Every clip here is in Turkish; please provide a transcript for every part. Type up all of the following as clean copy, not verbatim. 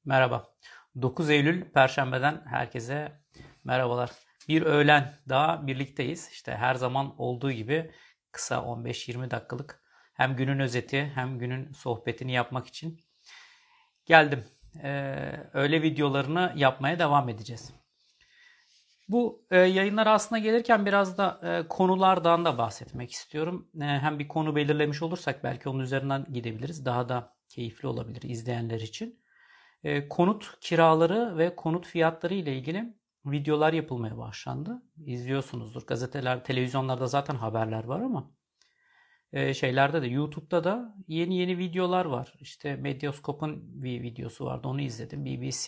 Merhaba. 9 Eylül Perşembe'den herkese merhabalar. Bir öğlen daha birlikteyiz. İşte her zaman olduğu gibi kısa 15-20 dakikalık hem günün özeti hem günün sohbetini yapmak için geldim. Öğle videolarını yapmaya devam edeceğiz. Bu yayınlar aslında gelirken biraz da konulardan da bahsetmek istiyorum. Hem bir konu belirlemiş olursak belki onun üzerinden gidebiliriz. Daha da keyifli olabilir izleyenler için. Konut kiraları ve konut fiyatları ile ilgili videolar yapılmaya başlandı. İzliyorsunuzdur. Gazeteler, televizyonlarda zaten haberler var ama şeylerde de YouTube'da da yeni videolar var. İşte Medyascope'un bir videosu vardı. Onu izledim.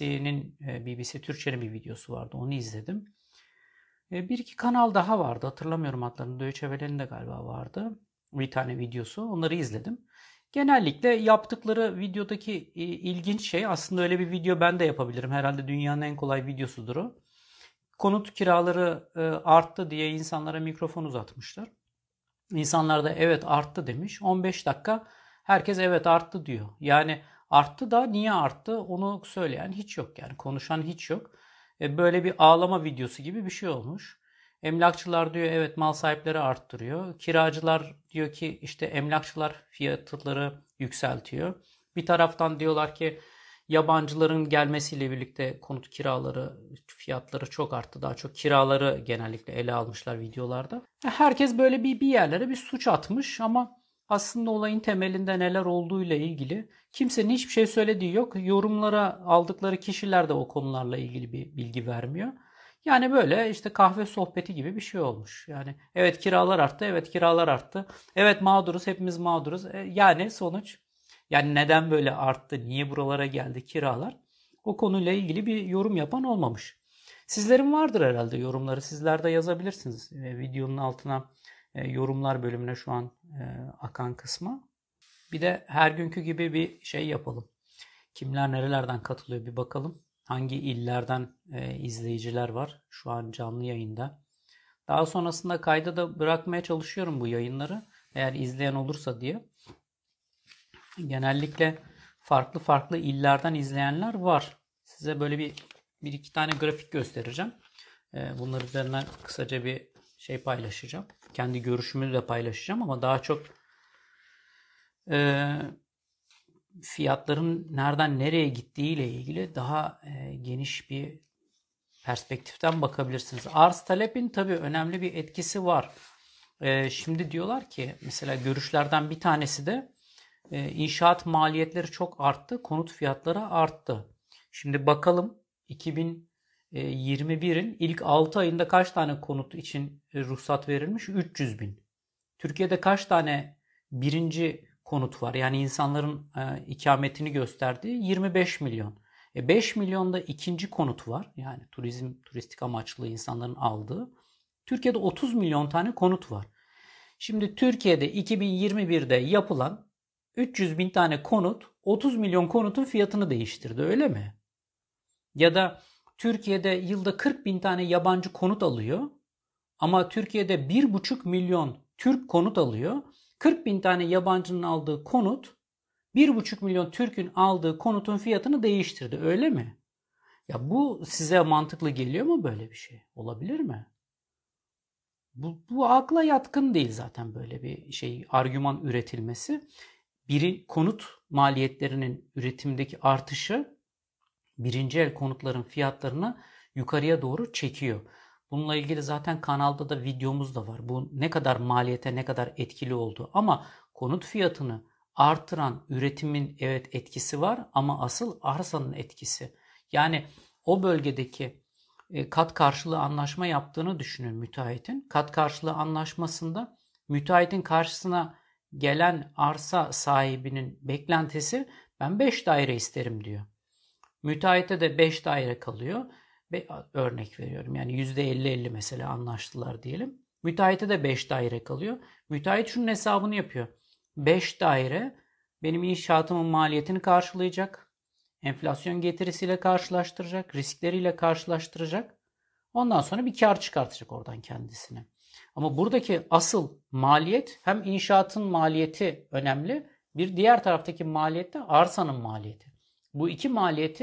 BBC Türkçe'nin bir videosu vardı. Onu izledim. Bir iki kanal daha vardı. Hatırlamıyorum adlarını. Deutsche Welle'nin de galiba vardı. Bir tane videosu. Onları izledim. Genellikle yaptıkları videodaki ilginç şey, aslında öyle bir video ben de yapabilirim. Herhalde dünyanın en kolay videosudur o. Konut kiraları arttı diye insanlara mikrofon uzatmışlar. İnsanlar da evet arttı demiş. 15 dakika herkes evet arttı diyor. Yani arttı da niye arttı onu söyleyen hiç yok, yani konuşan hiç yok. Böyle bir ağlama videosu gibi bir şey olmuş. Emlakçılar diyor evet mal sahipleri arttırıyor. Kiracılar diyor ki işte emlakçılar fiyatları yükseltiyor. Bir taraftan diyorlar ki yabancıların gelmesiyle birlikte konut kiraları fiyatları çok arttı. Daha çok kiraları genellikle ele almışlar videolarda. Herkes böyle bir yerlere bir suç atmış ama aslında olayın temelinde neler olduğuyla ilgili kimsenin hiçbir şey söylediği yok. Yorumlara aldıkları kişiler de o konularla ilgili bir bilgi vermiyor. Yani böyle işte kahve sohbeti gibi bir şey olmuş. Yani evet kiralar arttı, evet kiralar arttı. Evet mağduruz, hepimiz mağduruz. Yani sonuç, yani neden böyle arttı, niye buralara geldi kiralar? O konuyla ilgili bir yorum yapan olmamış. Sizlerin vardır herhalde yorumları. Sizler de yazabilirsiniz. Videonun altına yorumlar bölümüne şu an akan kısma. Bir de her günkü gibi bir şey yapalım. Kimler nerelerden katılıyor bir bakalım. Hangi illerden izleyiciler var şu an canlı yayında. Daha sonrasında kayda da bırakmaya çalışıyorum bu yayınları. Eğer izleyen olursa diye. Genellikle farklı farklı illerden izleyenler var. Size böyle bir iki tane grafik göstereceğim. Bunlar üzerinden kısaca bir şey paylaşacağım. Kendi görüşümü de paylaşacağım ama daha çok fiyatların nereden nereye gittiği ile ilgili daha geniş bir perspektiften bakabilirsiniz. Arz talebin tabii önemli bir etkisi var. Şimdi diyorlar ki mesela görüşlerden bir tanesi de inşaat maliyetleri çok arttı, konut fiyatları arttı. Şimdi bakalım 2021'in ilk 6 ayında kaç tane konut için ruhsat verilmiş? 300 bin. Türkiye'de kaç tane birinci konut var? Yani insanların ikametini gösterdiği 25 milyon. 5 milyonda ikinci konut var. Yani turistik amaçlı insanların aldığı. Türkiye'de 30 milyon tane konut var. Şimdi Türkiye'de 2021'de yapılan 300 bin tane konut 30 milyon konutun fiyatını değiştirdi, öyle mi? Ya da Türkiye'de yılda 40 bin tane yabancı konut alıyor ama Türkiye'de 1,5 milyon Türk konut alıyor. 40 bin tane yabancının aldığı konut 1,5 milyon Türk'ün aldığı konutun fiyatını değiştirdi, öyle mi? Ya bu size mantıklı geliyor mu, böyle bir şey? Olabilir mi? Bu akla yatkın değil zaten böyle bir şey, argüman üretilmesi. Biri konut maliyetlerinin üretimdeki artışı birinci el konutların fiyatlarını yukarıya doğru çekiyor. Bununla ilgili zaten kanalda da videomuz da var. Bu ne kadar maliyete ne kadar etkili oldu. Ama konut fiyatını artıran üretimin evet etkisi var ama asıl arsanın etkisi. Yani o bölgedeki kat karşılığı anlaşma yaptığını düşünün müteahhitin. Kat karşılığı anlaşmasında müteahhitin karşısına gelen arsa sahibinin beklentisi ben 5 daire isterim diyor. Müteahhite de 5 daire kalıyor. Örnek veriyorum yani %50-50 mesela anlaştılar diyelim. Müteahhite de 5 daire kalıyor. Müteahhit şunun hesabını yapıyor. 5 daire benim inşaatımın maliyetini karşılayacak. Enflasyon getirisiyle karşılaştıracak. Riskleriyle karşılaştıracak. Ondan sonra bir kar çıkartacak oradan kendisine. Ama buradaki asıl maliyet, hem inşaatın maliyeti önemli. Bir diğer taraftaki maliyet de arsanın maliyeti. Bu iki maliyeti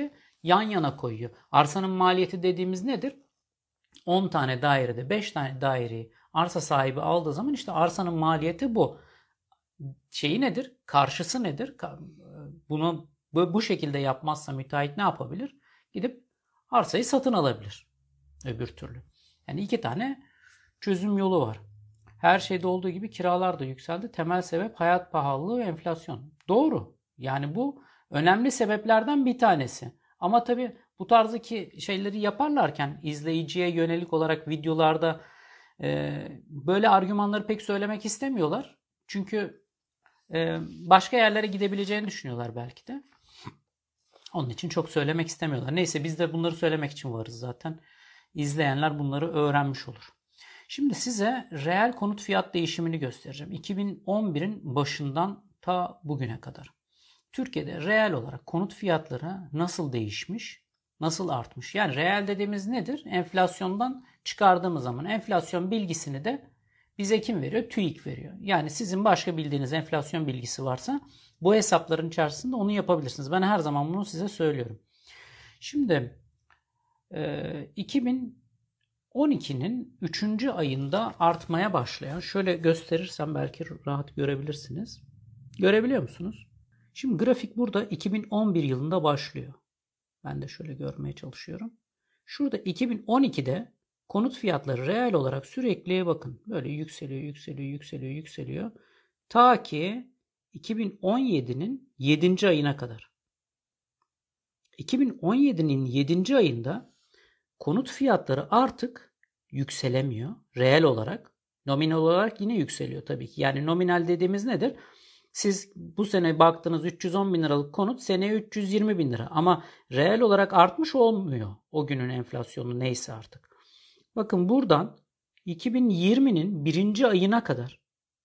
yan yana koyuyor. Arsanın maliyeti dediğimiz nedir? 10 tane dairede 5 tane daireyi arsa sahibi aldığı zaman işte arsanın maliyeti bu. Şeyi nedir? Karşısı nedir? Bunu bu şekilde yapmazsa müteahhit ne yapabilir? Gidip arsayı satın alabilir. Öbür türlü. Yani iki tane çözüm yolu var. Her şeyde olduğu gibi kiralar da yükseldi. Temel sebep hayat pahalılığı ve enflasyon. Doğru. Yani bu önemli sebeplerden bir tanesi. Ama tabii bu tarzdaki şeyleri yaparlarken izleyiciye yönelik olarak videolarda böyle argümanları pek söylemek istemiyorlar. Çünkü başka yerlere gidebileceğini düşünüyorlar belki de. Onun için çok söylemek istemiyorlar. Neyse biz de bunları söylemek için varız zaten. İzleyenler bunları öğrenmiş olur. Şimdi size reel konut fiyat değişimini göstereceğim. 2011'in başından ta bugüne kadar. Türkiye'de reel olarak konut fiyatları nasıl değişmiş, nasıl artmış? Yani reel dediğimiz nedir? Enflasyondan çıkardığımız zaman enflasyon bilgisini de bize kim veriyor? TÜİK veriyor. Yani sizin başka bildiğiniz enflasyon bilgisi varsa bu hesapların içerisinde onu yapabilirsiniz. Ben her zaman bunu size söylüyorum. Şimdi 2012'nin 3. ayında artmaya başlayan, şöyle gösterirsem belki rahat görebilirsiniz. Görebiliyor musunuz? Şimdi grafik burada 2011 yılında başlıyor. Ben de şöyle görmeye çalışıyorum. Şurada 2012'de konut fiyatları reel olarak sürekli bakın böyle yükseliyor. Ta ki 2017'nin 7. ayına kadar. 2017'nin 7. ayında konut fiyatları artık yükselemiyor reel olarak. Nominal olarak yine yükseliyor tabii ki. Yani nominal dediğimiz nedir? Siz bu sene baktığınız 310 bin liralık konut seneye 320 bin lira. Ama reel olarak artmış olmuyor o günün enflasyonu neyse artık. Bakın buradan 2020'nin 1. ayına kadar,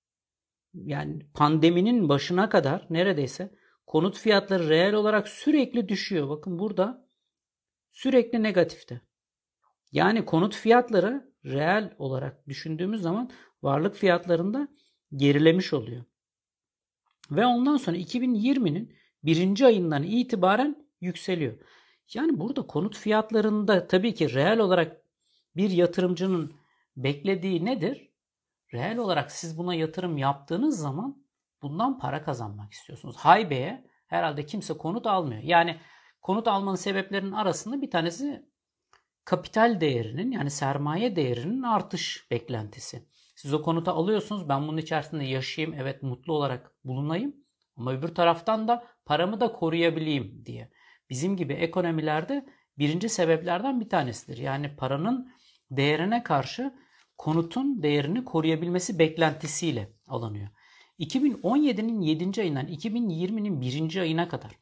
yani pandeminin başına kadar neredeyse konut fiyatları reel olarak sürekli düşüyor. Bakın burada sürekli negatifte. Yani konut fiyatları reel olarak düşündüğümüz zaman varlık fiyatlarında gerilemiş oluyor. Ve ondan sonra 2020'nin 1. ayından itibaren yükseliyor. Yani burada konut fiyatlarında tabii ki reel olarak bir yatırımcının beklediği nedir? Reel olarak siz buna yatırım yaptığınız zaman bundan para kazanmak istiyorsunuz. Haybe'ye herhalde kimse konut almıyor. Yani konut almanın sebeplerinin arasında bir tanesi kapital değerinin, yani sermaye değerinin artış beklentisi. Siz o konutu alıyorsunuz. Ben bunun içerisinde yaşayayım, evet mutlu olarak bulunayım. Ama öbür taraftan da paramı da koruyabileyim diye. Bizim gibi ekonomilerde birinci sebeplerden bir tanesidir. Yani paranın değerine karşı konutun değerini koruyabilmesi beklentisiyle alınıyor. 2017'nin 7. ayından 2020'nin 1. ayına kadar,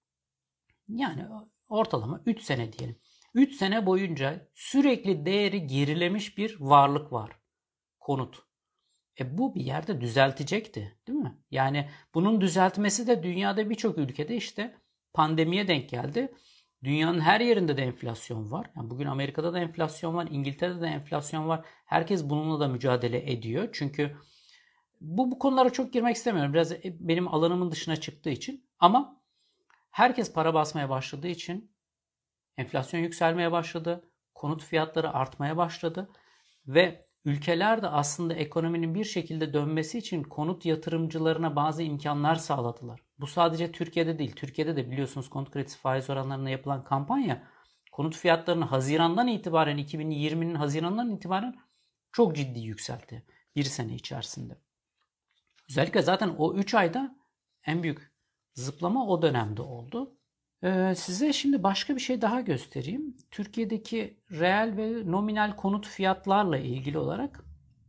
yani ortalama 3 sene diyelim. 3 sene boyunca sürekli değeri gerilemiş bir varlık var. Konut. Bu bir yerde düzeltecekti, değil mi? Yani bunun düzeltmesi de dünyada birçok ülkede işte pandemiye denk geldi. Dünyanın her yerinde de enflasyon var. Yani bugün Amerika'da da enflasyon var, İngiltere'de de enflasyon var. Herkes bununla da mücadele ediyor. Çünkü bu konulara çok girmek istemiyorum. Biraz benim alanımın dışına çıktığı için. Ama herkes para basmaya başladığı için enflasyon yükselmeye başladı. Konut fiyatları artmaya başladı. Ve ülkeler de aslında ekonominin bir şekilde dönmesi için konut yatırımcılarına bazı imkanlar sağladılar. Bu sadece Türkiye'de değil. Türkiye'de de biliyorsunuz konut kredisi faiz oranlarına yapılan kampanya konut fiyatlarını Haziran'dan itibaren, 2020'nin Haziran'dan itibaren çok ciddi yükseltti. Bir sene içerisinde. Özellikle zaten o 3 ayda en büyük zıplama o dönemde oldu. Size şimdi başka bir şey daha göstereyim. Türkiye'deki reel ve nominal konut fiyatlarla ilgili olarak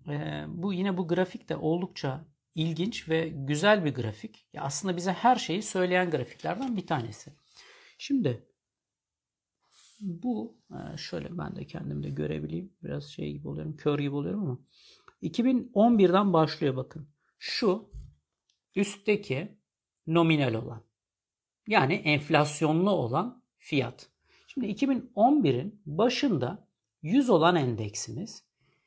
bu grafik de oldukça ilginç ve güzel bir grafik. Ya aslında bize her şeyi söyleyen grafiklerden bir tanesi. Şimdi bu şöyle ben de kendim de görebileyim. Biraz şey gibi oluyorum, kör gibi oluyorum ama 2011'den başlıyor bakın. Şu üstteki nominal olan. Yani enflasyonlu olan fiyat. Şimdi 2011'in başında 100 olan endeksimiz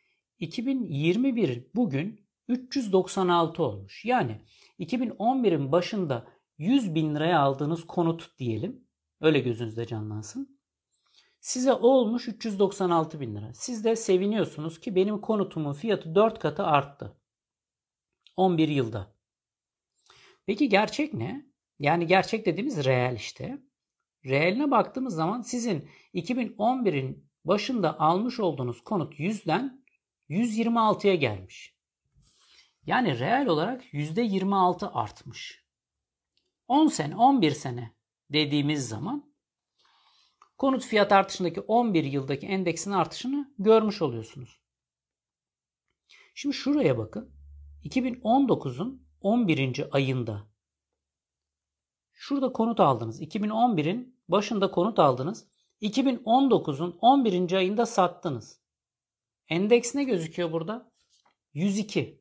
2021 bugün 396 olmuş. Yani 2011'in başında 100 bin liraya aldığınız konut diyelim. Öyle gözünüzde canlansın. Size olmuş 396 bin lira. Siz de seviniyorsunuz ki benim konutumun fiyatı 4 katı arttı. 11 yılda. Peki gerçek ne? Yani gerçek dediğimiz reel işte. Reeline baktığımız zaman sizin 2011'in başında almış olduğunuz konut 100'den 126'ya gelmiş. Yani reel olarak %26 artmış. 10 sene, 11 sene dediğimiz zaman konut fiyat artışındaki 11 yıldaki endeksin artışını görmüş oluyorsunuz. Şimdi şuraya bakın. 2019'un 11. ayında şurada konut aldınız. 2011'in başında konut aldınız. 2019'un 11. ayında sattınız. Endeks ne gözüküyor burada? 102.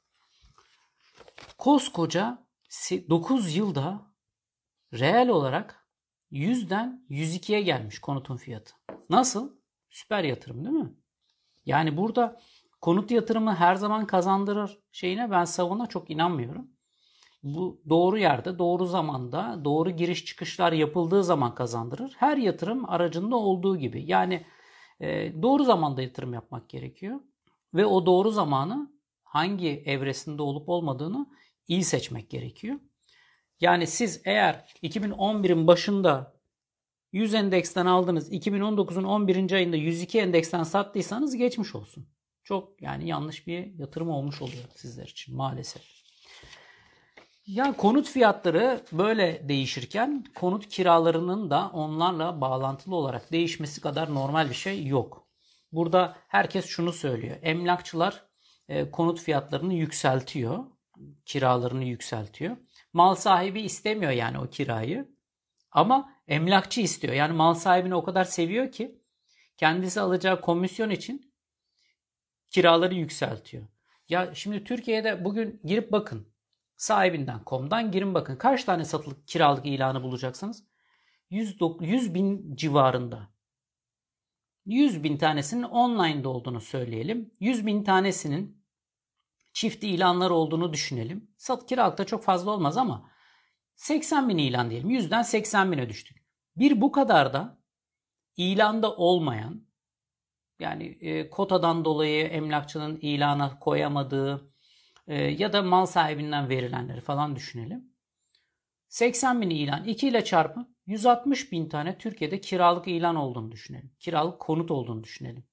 Koskoca 9 yılda reel olarak 100'den 102'ye gelmiş konutun fiyatı. Nasıl? Süper yatırım değil mi? Yani burada konut yatırımı her zaman kazandırır şeyine ben savuna çok inanmıyorum. Bu doğru yerde, doğru zamanda, doğru giriş çıkışlar yapıldığı zaman kazandırır. Her yatırım aracında olduğu gibi. Yani doğru zamanda yatırım yapmak gerekiyor. Ve o doğru zamanı hangi evresinde olup olmadığını iyi seçmek gerekiyor. Yani siz eğer 2011'in başında 100 endeksten aldınız, 2019'un 11. ayında 102 endeksten sattıysanız geçmiş olsun. Çok yani yanlış bir yatırım olmuş oluyor sizler için maalesef. Ya konut fiyatları böyle değişirken konut kiralarının da onlarla bağlantılı olarak değişmesi kadar normal bir şey yok. Burada herkes şunu söylüyor. Emlakçılar konut fiyatlarını yükseltiyor. Kiralarını yükseltiyor. Mal sahibi istemiyor yani o kirayı. Ama emlakçı istiyor. Yani mal sahibini o kadar seviyor ki kendisi alacağı komisyon için kiraları yükseltiyor. Ya şimdi Türkiye'de bugün girip bakın. Sahibinden.com'dan girin bakın. Kaç tane satılık kiralık ilanı bulacaksınız? 100 bin civarında. 100 bin tanesinin online'da olduğunu söyleyelim. 100 bin tanesinin çift ilanlar olduğunu düşünelim. Kiralıkta çok fazla olmaz ama 80 bin ilan diyelim. 100'den 80 bine düştük. Bir bu kadar da ilanda olmayan yani kotadan dolayı emlakçının ilana koyamadığı ya da mal sahibinden verilenleri falan düşünelim. 80 bin ilan 2 ile çarpın 160 bin tane Türkiye'de kiralık ilan olduğunu düşünelim. Kiralık konut olduğunu düşünelim.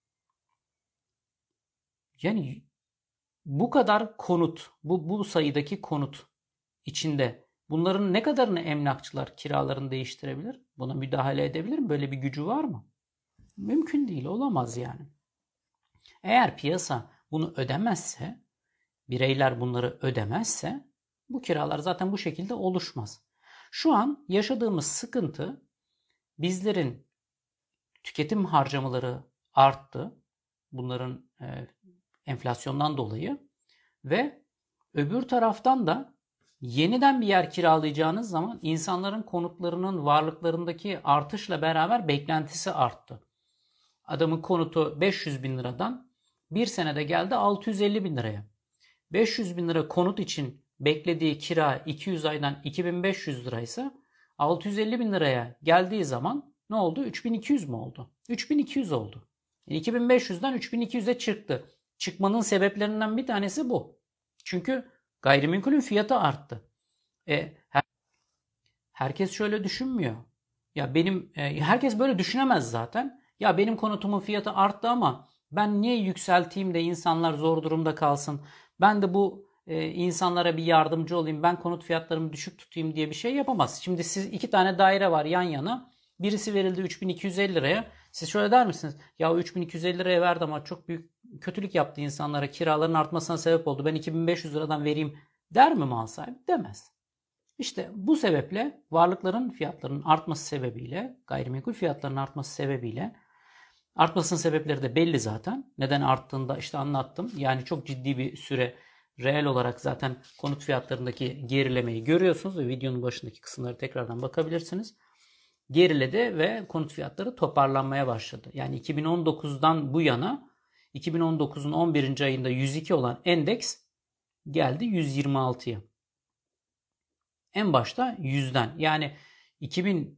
Yani bu kadar konut, bu sayıdaki konut içinde bunların ne kadarını emlakçılar kiralarını değiştirebilir? Buna müdahale edebilir mi? Böyle bir gücü var mı? Mümkün değil, olamaz yani. Eğer piyasa bunu ödemezse, bireyler bunları ödemezse bu kiralar zaten bu şekilde oluşmaz. Şu an yaşadığımız sıkıntı bizlerin tüketim harcamaları arttı. Bunların enflasyondan dolayı ve öbür taraftan da yeniden bir yer kiralayacağınız zaman insanların konutlarının varlıklarındaki artışla beraber beklentisi arttı. Adamın konutu 500 bin liradan bir senede geldi 650 bin liraya. 500 bin lira konut için beklediği kira 200 aydan 2500 liraysa 650 bin liraya geldiği zaman ne oldu? 3200 mü oldu? 3200 oldu. Yani 2500'den 3200'e çıktı. Çıkmanın sebeplerinden bir tanesi bu. Çünkü gayrimenkulün fiyatı arttı. Herkes şöyle düşünmüyor. Ya herkes böyle düşünemez zaten. Ya benim konutumun fiyatı arttı ama ben niye yükselteyim de insanlar zor durumda kalsın? Ben de bu insanlara bir yardımcı olayım. Ben konut fiyatlarımı düşük tutayım diye bir şey yapamaz. Şimdi siz 2 tane daire var yan yana. Birisi verildi 3250 liraya. Siz şöyle der misiniz? Ya 3250 liraya verdi ama çok büyük kötülük yaptı insanlara. Kiraların artmasına sebep oldu. Ben 2500 liradan vereyim der mi mal sahibi? Demez. İşte bu sebeple varlıkların fiyatlarının artması sebebiyle, gayrimenkul fiyatlarının artması sebebiyle, artmasının sebepleri de belli zaten. Neden arttığını da işte anlattım. Yani çok ciddi bir süre reel olarak zaten konut fiyatlarındaki gerilemeyi görüyorsunuz ve videonun başındaki kısımları tekrardan bakabilirsiniz. Geriledi ve konut fiyatları toparlanmaya başladı. Yani 2019'dan bu yana 2019'un 11. ayında 102 olan endeks geldi 126'ya. En başta 100'den yani 2010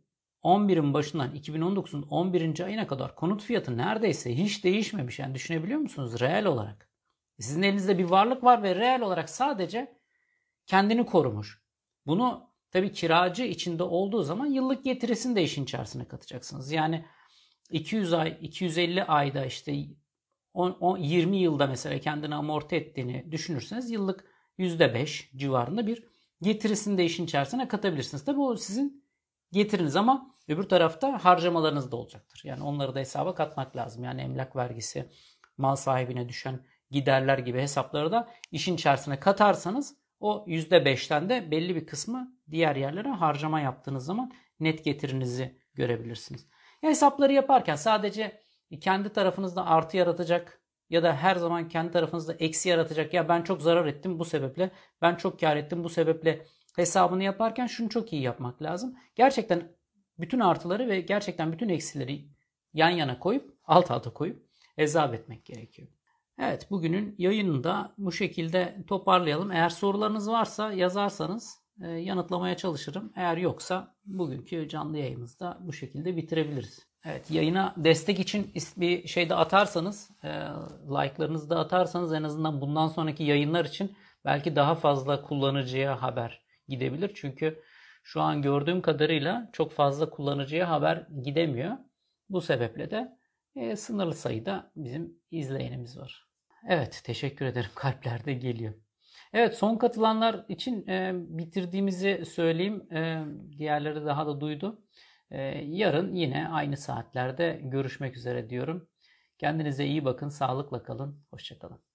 2011'in başından 2019'un 11. ayına kadar konut fiyatı neredeyse hiç değişmemiş. Yani düşünebiliyor musunuz reel olarak? Sizin elinizde bir varlık var ve reel olarak sadece kendini korumuş. Bunu tabii kiracı içinde olduğu zaman yıllık getirisini de işin içerisine katacaksınız. Yani 200 ay, 250 ayda işte 20 yılda mesela kendini amorti ettiğini düşünürseniz yıllık %5 civarında bir getirisini de işin içerisine katabilirsiniz. Tabii o sizin getiriniz ama öbür tarafta harcamalarınız da olacaktır. Yani onları da hesaba katmak lazım. Yani emlak vergisi, mal sahibine düşen giderler gibi hesapları da işin içerisine katarsanız o %5'ten de belli bir kısmı diğer yerlere harcama yaptığınız zaman net getirinizi görebilirsiniz. Hesapları yaparken sadece kendi tarafınızda artı yaratacak ya da her zaman kendi tarafınızda eksi yaratacak ya ben çok zarar ettim bu sebeple, ben çok kar ettim bu sebeple hesabını yaparken şunu çok iyi yapmak lazım. Gerçekten bütün artıları ve gerçekten bütün eksileri yan yana koyup alt alta koyup hesap etmek gerekiyor. Evet, bugünün yayını da bu şekilde toparlayalım. Eğer sorularınız varsa yazarsanız yanıtlamaya çalışırım. Eğer yoksa bugünkü canlı yayımızda bu şekilde bitirebiliriz. Evet, yayına destek için bir şey de atarsanız, like'larınızı da atarsanız en azından bundan sonraki yayınlar için belki daha fazla kullanıcıya haber gidebilir. Çünkü şu an gördüğüm kadarıyla çok fazla kullanıcıya haber gidemiyor. Bu sebeple de sınırlı sayıda bizim izleyenimiz var. Evet, teşekkür ederim. Kalpler de geliyor. Evet, son katılanlar için bitirdiğimizi söyleyeyim. Diğerleri daha da duydu. Yarın yine aynı saatlerde görüşmek üzere diyorum. Kendinize iyi bakın, sağlıkla kalın, hoşça kalın.